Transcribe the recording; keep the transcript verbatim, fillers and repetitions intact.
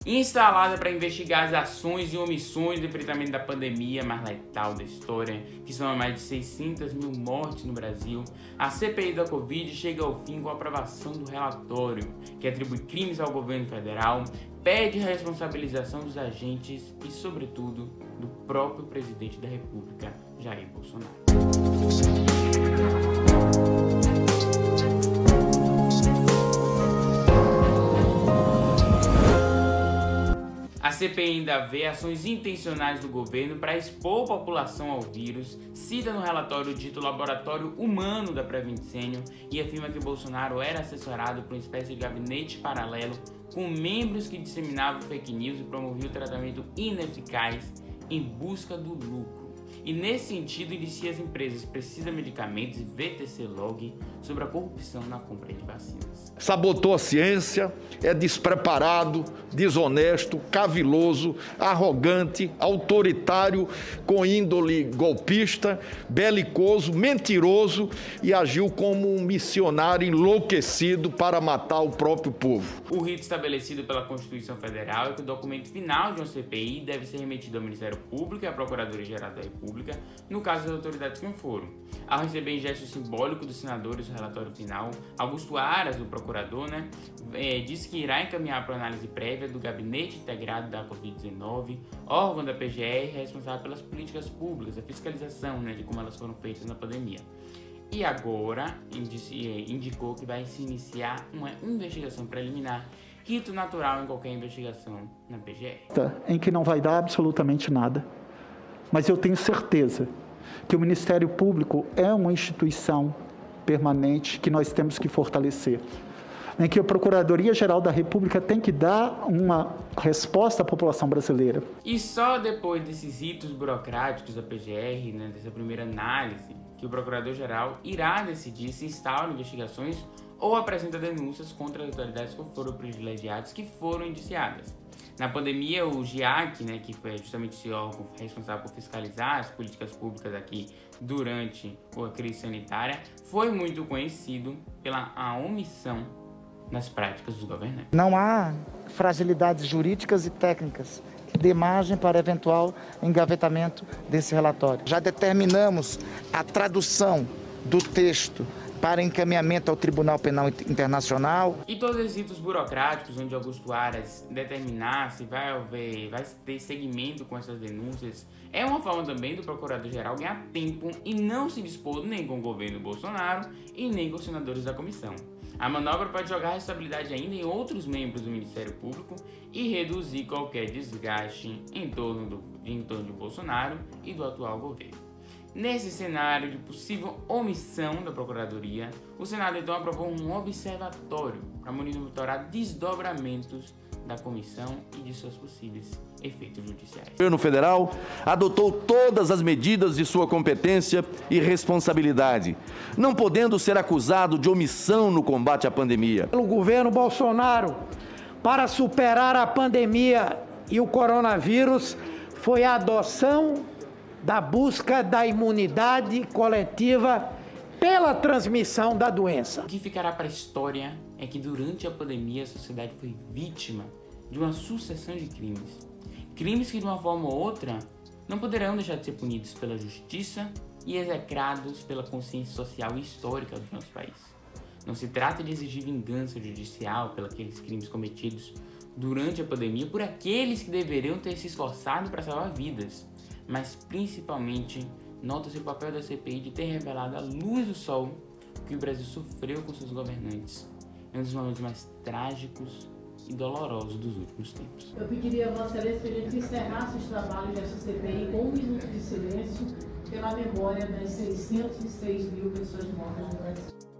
Instalada para investigar as ações e omissões do enfrentamento da pandemia mais letal da história, que são mais de seiscentas mil mortes no Brasil, a C P I da Covid chega ao fim com a aprovação do relatório, que atribui crimes ao governo federal, pede a responsabilização dos agentes e, sobretudo, do próprio presidente da República, Jair Bolsonaro. A C P I ainda vê ações intencionais do governo para expor a população ao vírus, cita no relatório dito Laboratório Humano da Prevent-Senior e afirma que Bolsonaro era assessorado por uma espécie de gabinete paralelo com membros que disseminavam fake news e promoviam tratamento ineficaz em busca do lucro. E nesse sentido inicia as empresas Precisa Medicamentos e V T C Log sobre a corrupção na compra de vacinas. Sabotou a ciência, é despreparado, desonesto, caviloso, arrogante, autoritário, com índole golpista, belicoso, mentiroso e agiu como um missionário enlouquecido para matar o próprio povo. O rito estabelecido pela Constituição Federal é que o documento final de uma C P I deve ser remetido ao Ministério Público e à Procuradoria-Geral da República, no caso das autoridades que foram. Ao receber em gesto simbólico dos senadores o relatório final, Augusto Aras, o procurador, né, é, disse que irá encaminhar para análise prévia do Gabinete Integrado da Covid dezenove, órgão da P G R responsável pelas políticas públicas, a fiscalização, né, de como elas foram feitas na pandemia. E agora indicou que vai se iniciar uma investigação preliminar, rito natural em qualquer investigação na P G R. Em que não vai dar absolutamente nada. Mas eu tenho certeza que o Ministério Público é uma instituição permanente que nós temos que fortalecer, em que a Procuradoria-Geral da República tem que dar uma resposta à população brasileira. E só depois desses ritos burocráticos da P G R, né, dessa primeira análise, que o Procurador-Geral irá decidir se instaura investigações ou apresenta denúncias contra as autoridades que foram privilegiadas, que foram indiciadas. Na pandemia, o GIAC, né, que foi justamente esse órgão responsável por fiscalizar as políticas públicas aqui durante a crise sanitária, foi muito conhecido pela a omissão nas práticas dos governantes. Não há fragilidades jurídicas e técnicas que dê margem para eventual engavetamento desse relatório. Já determinamos a tradução do texto para encaminhamento ao Tribunal Penal Internacional. E todos os ritos burocráticos, onde Augusto Aras determinar se vai haver, vai ter seguimento com essas denúncias, é uma forma também do Procurador-Geral ganhar tempo e não se dispor nem com o governo Bolsonaro e nem com os senadores da comissão. A manobra pode jogar responsabilidade ainda em outros membros do Ministério Público e reduzir qualquer desgaste em torno, do, em torno de Bolsonaro e do atual governo. Nesse cenário de possível omissão da Procuradoria, o Senado então aprovou um observatório para monitorar desdobramentos da comissão e de seus possíveis efeitos judiciais. O governo federal adotou todas as medidas de sua competência e responsabilidade, não podendo ser acusado de omissão no combate à pandemia. O governo Bolsonaro, para superar a pandemia e o coronavírus, foi a adoção da busca da imunidade coletiva pela transmissão da doença. O que ficará para a história é que durante a pandemia a sociedade foi vítima de uma sucessão de crimes. Crimes que de uma forma ou outra não poderão deixar de ser punidos pela justiça e execrados pela consciência social e histórica do nosso país. Não se trata de exigir vingança judicial pelos aqueles crimes cometidos durante a pandemia por aqueles que deveriam ter se esforçado para salvar vidas, mas principalmente nota-se o papel da C P I de ter revelado à luz do sol o que o Brasil sofreu com seus governantes em um dos momentos mais trágicos e dolorosos dos últimos tempos. Eu pediria a Vossa Excelência que a gente encerrasse os trabalhos dessa C P I com um minuto de silêncio pela memória das seiscentas e seis mil pessoas mortas no Brasil.